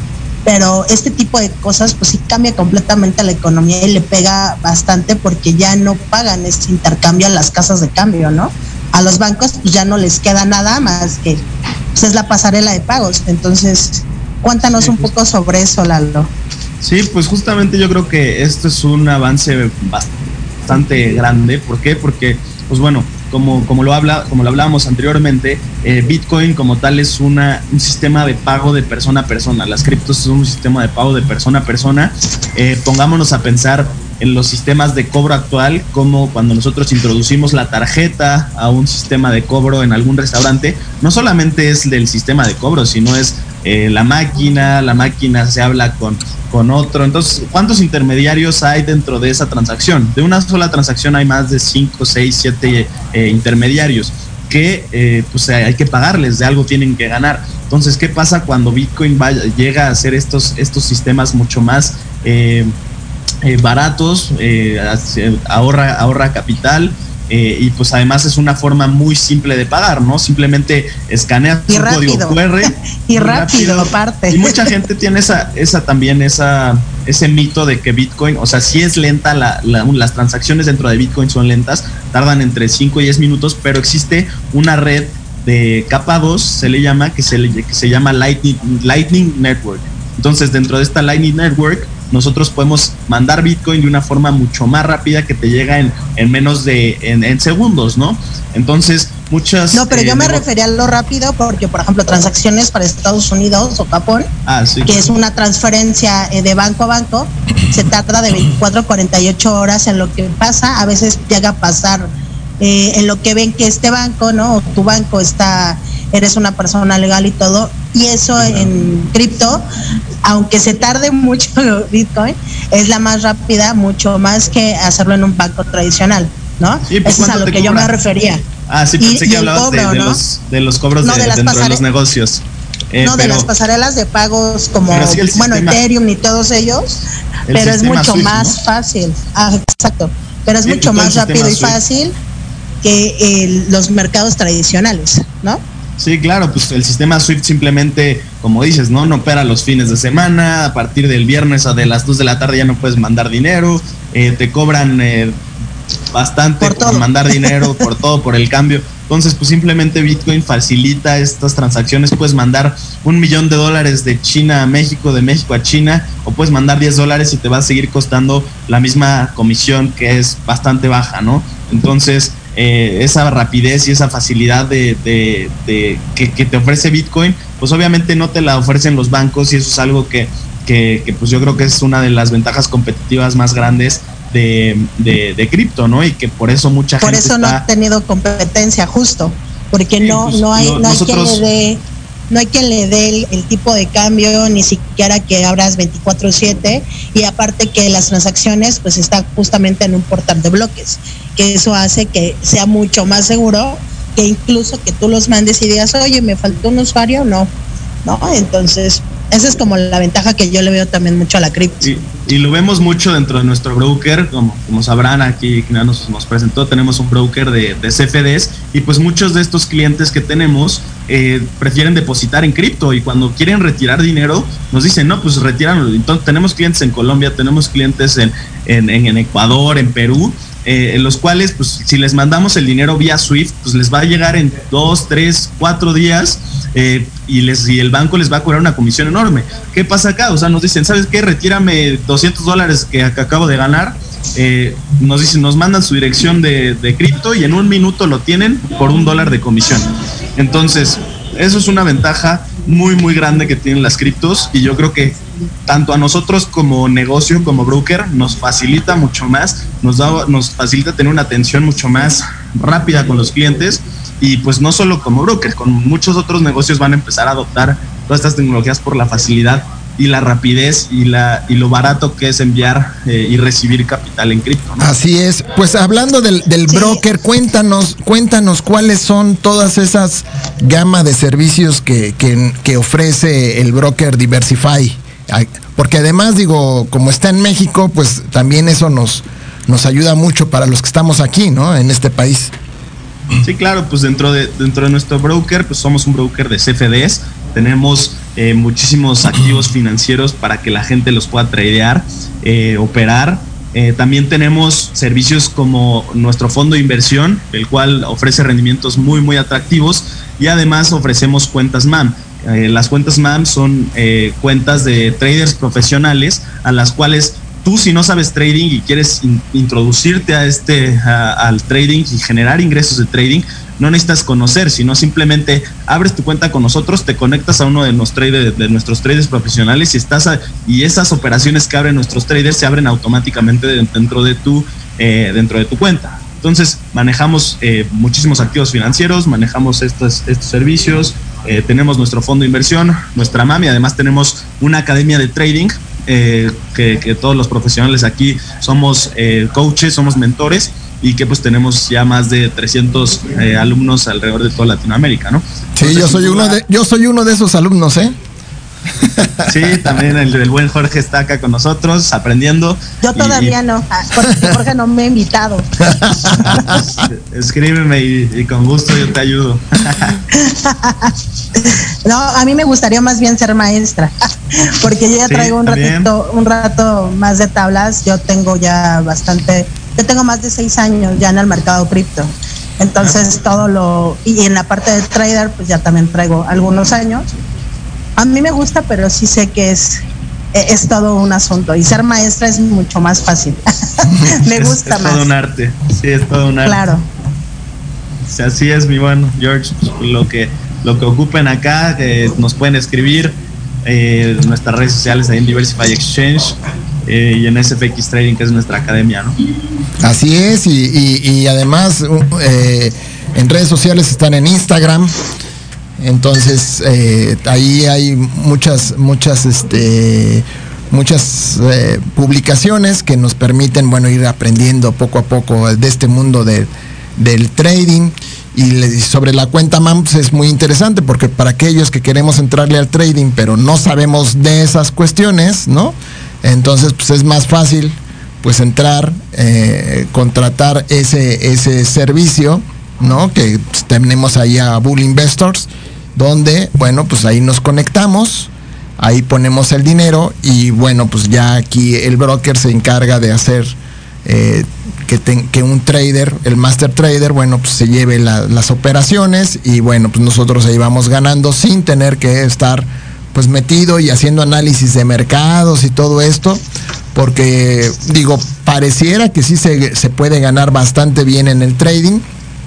pero este tipo de cosas pues sí cambia completamente la economía y le pega bastante, porque ya no pagan este intercambio a las casas de cambio, ¿no? A los bancos pues ya no les queda nada más que pues, es la pasarela de pagos. Entonces cuéntanos un poco sobre eso, Lalo. Sí, pues justamente yo creo que esto es un avance bastante grande. ¿Por qué? Porque, pues bueno, como, como, lo, habla, como lo hablábamos anteriormente, eh, Bitcoin como tal es una, un sistema de pago de persona a persona. Las criptos son un sistema de pago de persona a persona. Eh, pongámonos a pensar en los sistemas de cobro actual, como cuando nosotros introducimos la tarjeta a un sistema de cobro en algún restaurante, no solamente es del sistema de cobro, sino es eh, la máquina, la máquina se habla con, con otro. Entonces, ¿cuántos intermediarios hay dentro de esa transacción? De una sola transacción hay más de cinco, seis, siete eh, intermediarios que eh, pues hay que pagarles, de algo tienen que ganar. Entonces, ¿qué pasa cuando Bitcoin vaya, llega a hacer estos, estos sistemas mucho más eh, eh, baratos, eh, ahorra, ahorra capital? Eh, y pues además es una forma muy simple de pagar, ¿no? Simplemente escaneas un código cu erre y, y rápido, rápido aparte. Y mucha gente tiene esa, esa también esa, ese mito de que Bitcoin, o sea, sí es lenta, la, la, las transacciones dentro de Bitcoin son lentas, tardan entre cinco y diez minutos, pero existe una red de capa dos, se le llama, que se, le, que se llama Lightning, Lightning Network. Entonces, dentro de esta Lightning Network, nosotros podemos mandar Bitcoin de una forma mucho más rápida, que te llega en, en menos de en, en segundos, ¿no? Entonces, muchas... No, pero eh, yo me refería a lo rápido porque, por ejemplo, transacciones para Estados Unidos o Japón, ah, sí, que es una transferencia eh, de banco a banco, se tarda de veinticuatro a cuarenta y ocho horas en lo que pasa. A veces llega a pasar eh, en lo que ven que este banco, ¿no? O tu banco está... eres una persona legal y todo, y eso sí, claro. En cripto, aunque se tarde mucho Bitcoin, es la más rápida, mucho más que hacerlo en un banco tradicional, ¿no? Sí, pues, eso es a lo que cobra? Yo me refería. Ah, sí, pensé y, que hablabas cobro, de, de, ¿no? los, de los cobros no, de, de las dentro de los negocios. Eh, no, pero, de las pasarelas de pagos como, sí bueno, sistema, Ethereum y todos ellos, pero es mucho Swift, más ¿no? fácil. Ah, exacto. Pero es sí, mucho más rápido y Swift. fácil que el, los mercados tradicionales, ¿no? Sí, claro, pues el sistema Swift simplemente, como dices, ¿no? No opera los fines de semana, a partir del viernes a de las dos de la tarde ya no puedes mandar dinero, eh, te cobran eh, bastante Por por, todo. mandar dinero, por todo, por el cambio. Entonces, pues simplemente Bitcoin facilita estas transacciones. Puedes mandar un millón de dólares de China a México, de México a China, o puedes mandar diez dólares y te va a seguir costando la misma comisión, que es bastante baja, ¿no? Entonces, eh, esa rapidez y esa facilidad de, de, de que, que te ofrece Bitcoin, pues obviamente no te la ofrecen los bancos, y eso es algo que, que, que pues yo creo que es una de las ventajas competitivas más grandes de, de, de cripto, ¿no? Y que por eso mucha Por gente eso está... no ha tenido competencia, justo, porque Sí, no, pues, no hay, no- no hay nosotros- quien le dé, no hay quien le dé el, el tipo de cambio, ni siquiera que abras veinticuatro siete, y aparte que las transacciones pues están justamente en un portal de bloques, que eso hace que sea mucho más seguro que incluso que tú los mandes y digas, oye, me faltó un usuario, no, no, entonces esa es como la ventaja que yo le veo también mucho a la cripto. Y, y lo vemos mucho dentro de nuestro broker, como, como sabrán, aquí que nos, nos presentó, tenemos un broker de, de C F Ds, y pues muchos de estos clientes que tenemos eh, prefieren depositar en cripto, y cuando quieren retirar dinero nos dicen, no, pues retiran. Entonces tenemos clientes en Colombia, tenemos clientes en, en, en Ecuador, en Perú, eh, en los cuales pues si les mandamos el dinero vía Swift, pues les va a llegar en dos, tres, cuatro días, eh, y les y el banco les va a cobrar una comisión enorme. ¿Qué pasa acá? O sea, nos dicen, ¿sabes qué? Retírame doscientos dólares que, que acabo de ganar. Eh, nos dicen, nos mandan su dirección de, de cripto, y en un minuto lo tienen por un dólar de comisión. Entonces, eso es una ventaja muy, muy grande que tienen las criptos, y yo creo que tanto a nosotros como negocio, como broker, nos facilita mucho más, nos da, nos facilita tener una atención mucho más rápida con los clientes. Y pues no solo como broker, con muchos otros negocios van a empezar a adoptar todas estas tecnologías por la facilidad y la rapidez y la y lo barato que es enviar eh, y recibir capital en cripto, ¿no? Así es. Pues hablando del, del Sí. broker, cuéntanos, cuéntanos cuáles son todas esas gama de servicios que, que, que ofrece el broker Diversify. Ay, porque además, digo, como está en México, pues también eso nos, nos ayuda mucho para los que estamos aquí, ¿no? En este país. Sí, claro, pues dentro de dentro de nuestro broker, pues somos un broker de C F Ds, tenemos eh, muchísimos activos financieros para que la gente los pueda tradear, eh, operar. Eh, también tenemos servicios como nuestro fondo de inversión, el cual ofrece rendimientos muy, muy atractivos, y además ofrecemos cuentas M A M. Eh, las cuentas M A M son eh, cuentas de traders profesionales a las cuales tú, si no sabes trading y quieres in, introducirte a este a, al trading y generar ingresos de trading, no necesitas conocer, sino simplemente abres tu cuenta con nosotros, te conectas a uno de, los trade, de nuestros traders profesionales, y estás a, y esas operaciones que abren nuestros traders se abren automáticamente dentro de tu eh, dentro de tu cuenta. Entonces manejamos eh, muchísimos activos financieros, manejamos estos estos servicios, eh, tenemos nuestro fondo de inversión, nuestra M A M, y además tenemos una academia de trading. Eh, que, que todos los profesionales aquí somos eh, coaches, somos mentores, y que pues tenemos ya más de trescientos eh, alumnos alrededor de toda Latinoamérica, ¿no? Sí, Entonces, yo soy sin uno duda- de, yo soy uno de esos alumnos, ¿eh? Sí, también el, el buen Jorge está acá con nosotros aprendiendo. Yo y- todavía no, ah, porque Jorge no me ha invitado. y escríbeme y, y con gusto yo te ayudo. No, a mí me gustaría más bien ser maestra, porque yo ya Sí, traigo un también. ratito, un rato más de tablas. Yo tengo ya bastante, yo tengo más de seis años ya en el mercado cripto. Entonces todo lo, y en la parte de trader, pues ya también traigo algunos años. A mí me gusta, pero sí sé que es, es todo un asunto, y ser maestra es mucho más fácil. Me Es- gusta es más. todo un arte, sí, es todo un arte. Claro. Sí, así es, mi buen George. Lo que lo que ocupen acá, eh, nos pueden escribir eh, en nuestras redes sociales, ahí en Diversify Exchange, eh, y en S F X Trading, que es nuestra academia, ¿no? Así es, y, y, y además uh, eh, en redes sociales están en Instagram. Entonces eh, ahí hay muchas, muchas, este, muchas eh, publicaciones que nos permiten, bueno, ir aprendiendo poco a poco de este mundo de, del trading. Y le, sobre la cuenta M A M, pues es muy interesante, porque para aquellos que queremos entrarle al trading pero no sabemos de esas cuestiones, ¿no? Entonces pues es más fácil pues entrar, eh, contratar ese, ese servicio, ¿no? Que pues, tenemos ahí a Bull Investors, donde, bueno, pues ahí nos conectamos, ahí ponemos el dinero, y bueno, pues ya aquí el broker se encarga de hacer eh, que, ten, que un trader, el master trader, bueno, pues se lleve la, las operaciones y bueno, pues nosotros ahí vamos ganando sin tener que estar pues metido y haciendo análisis de mercados y todo esto, porque digo, pareciera que sí se, se puede ganar bastante bien en el trading,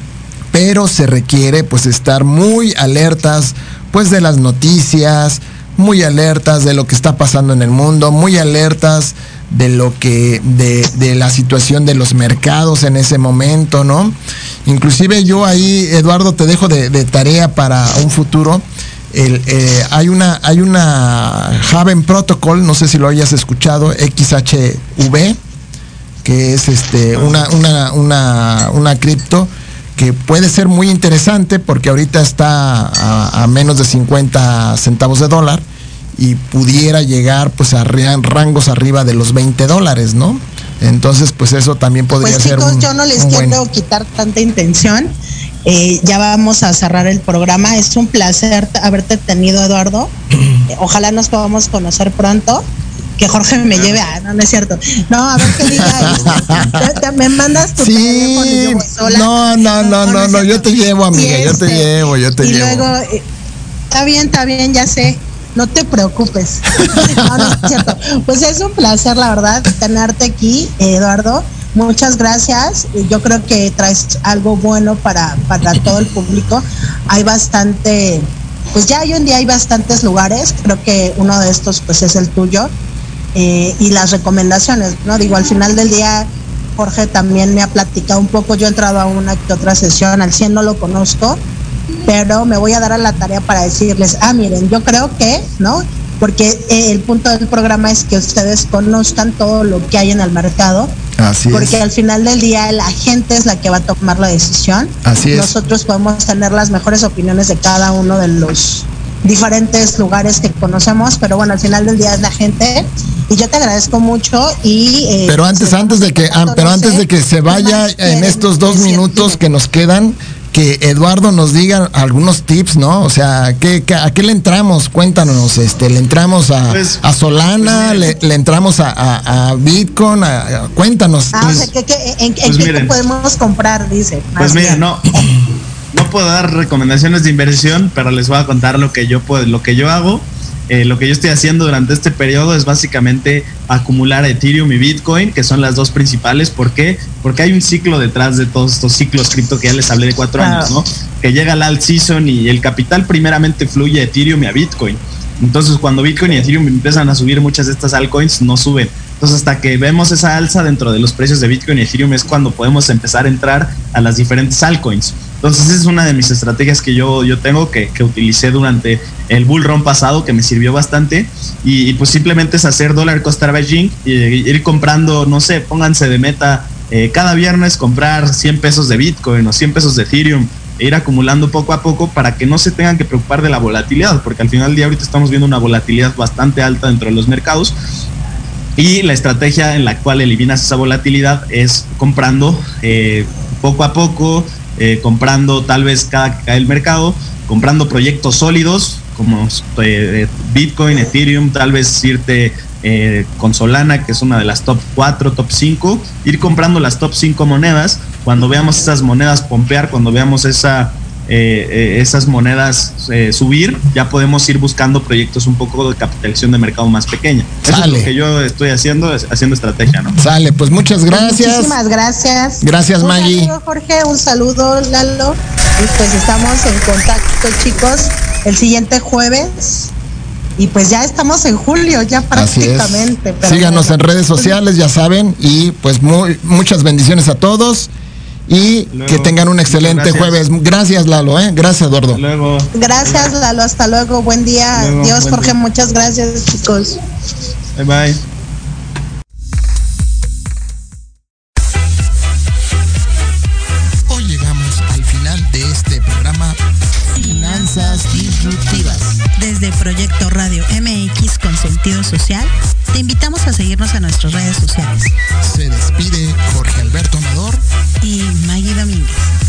pero se requiere pues estar muy alertas pues de las noticias, muy alertas de lo que está pasando en el mundo, muy alertas de lo que, de, de la situación de los mercados en ese momento, ¿no? Inclusive yo ahí, Eduardo, te dejo de, de tarea para un futuro. El, eh, hay una, hay una Haven Protocol, no sé si lo hayas escuchado, X H V, que es este una, una, una, una cripto que puede ser muy interesante porque ahorita está a, a menos de cincuenta centavos de dólar y pudiera llegar pues a rangos arriba de los veinte dólares, ¿no? Entonces pues eso también podría pues, ser chicos, un, yo no les quiero buen... quitar tanta intención. Eh, ya vamos a cerrar el programa. Es un placer haberte tenido, Eduardo. Eh, ojalá nos podamos conocer pronto. Que Jorge me lleve a... No, no es cierto. No, a ver qué diga. Te, te, me mandas tu sí, teléfono y yo voy sola. No, no, no, no, no, no, yo te llevo, amiga, sí, yo te este, llevo, yo te y llevo. Y luego, eh, está bien, está bien, ya sé. No te preocupes. No, no es cierto. Pues es un placer, la verdad, tenerte aquí, Eduardo. Muchas gracias. Yo creo que traes algo bueno para, para todo el público. Hay bastante, pues ya hoy en día hay bastantes lugares. Creo que uno de estos pues es el tuyo. Eh, y las recomendaciones, ¿no? Digo, al final del día, Jorge también me ha platicado un poco. Yo he entrado a una que otra sesión, al cien no lo conozco, pero me voy a dar a la tarea para decirles, ah, miren, yo creo que, ¿no? Porque eh, el punto del programa es que ustedes conozcan todo lo que hay en el mercado. Así porque es. Al final del día la gente es la que va a tomar la decisión. Así es. Nosotros podemos tener las mejores opiniones de cada uno de los diferentes lugares que conocemos, pero bueno, al final del día es la gente. Y yo te agradezco mucho y eh, pero antes antes de que ah, pero antes de que se vaya en estos dos minutos que nos quedan, que Eduardo nos diga algunos tips, ¿no? O sea, ¿qué, qué, ¿a qué le entramos? Cuéntanos, este, ¿le entramos a, pues, a Solana? Pues le, ¿Le entramos a, a, a Bitcoin? A, a, cuéntanos. Ah, pues, o sea, ¿qué, qué, ¿en, pues en qué te podemos comprar? Dice. Pues mira, no, no puedo dar recomendaciones de inversión, pero les voy a contar lo que yo puedo, lo que yo hago. Eh, lo que yo estoy haciendo durante este periodo es básicamente acumular Ethereum y Bitcoin, que son las dos principales. ¿Por qué? Porque hay un ciclo detrás de todos estos ciclos cripto que ya les hablé de cuatro wow. años, ¿no? Que llega el alt season y el capital primeramente fluye a Ethereum y a Bitcoin. Entonces, cuando Bitcoin y Ethereum empiezan a subir, muchas de estas altcoins no suben. Entonces, hasta que vemos esa alza dentro de los precios de Bitcoin y Ethereum es cuando podemos empezar a entrar a las diferentes altcoins. Entonces, esa es una de mis estrategias que yo, yo tengo, que, que utilicé durante el bull run pasado, que me sirvió bastante. Y, y pues simplemente es hacer dollar cost averaging y, y ir comprando, no sé, pónganse de meta eh, cada viernes comprar cien pesos de Bitcoin o cien pesos de Ethereum, e ir acumulando poco a poco para que no se tengan que preocupar de la volatilidad, porque al final del día ahorita estamos viendo una volatilidad bastante alta dentro de los mercados. Y la estrategia en la cual eliminas esa volatilidad es comprando eh, poco a poco, eh, comprando tal vez cada que cae el mercado, comprando proyectos sólidos como eh, Bitcoin, Ethereum, tal vez irte eh, con Solana, que es una de las top cuatro, top cinco, ir comprando las top cinco monedas. Cuando veamos esas monedas pompear, cuando veamos esa Eh, eh, esas monedas eh, subir, ya podemos ir buscando proyectos un poco de capitalización de mercado más pequeña. Eso Sale. Es lo que yo estoy haciendo, haciendo estrategia, ¿no? Sale, pues muchas gracias. Muchísimas gracias. Gracias, Maggie. Un saludo, Jorge, un saludo, Lalo. Y pues estamos en contacto, chicos, el siguiente jueves. Y pues ya estamos en julio, ya prácticamente. Pero síganos bueno. en redes sociales, ya saben. Y pues muy, muchas bendiciones a todos. Y luego, que tengan un excelente gracias. jueves. Gracias, Lalo, ¿eh? Gracias, Eduardo. Hasta luego. Gracias, Lalo. Hasta luego. Buen día. Luego, Dios, buen Jorge. Día. Muchas gracias, chicos. Bye, bye. Hoy llegamos al final de este programa Finanzas Disruptivas. Desde Proyecto Radio M X con sentido social, te invitamos a seguirnos en nuestras redes sociales. Se despide Jorge Alberto Amador y Maggie Domínguez.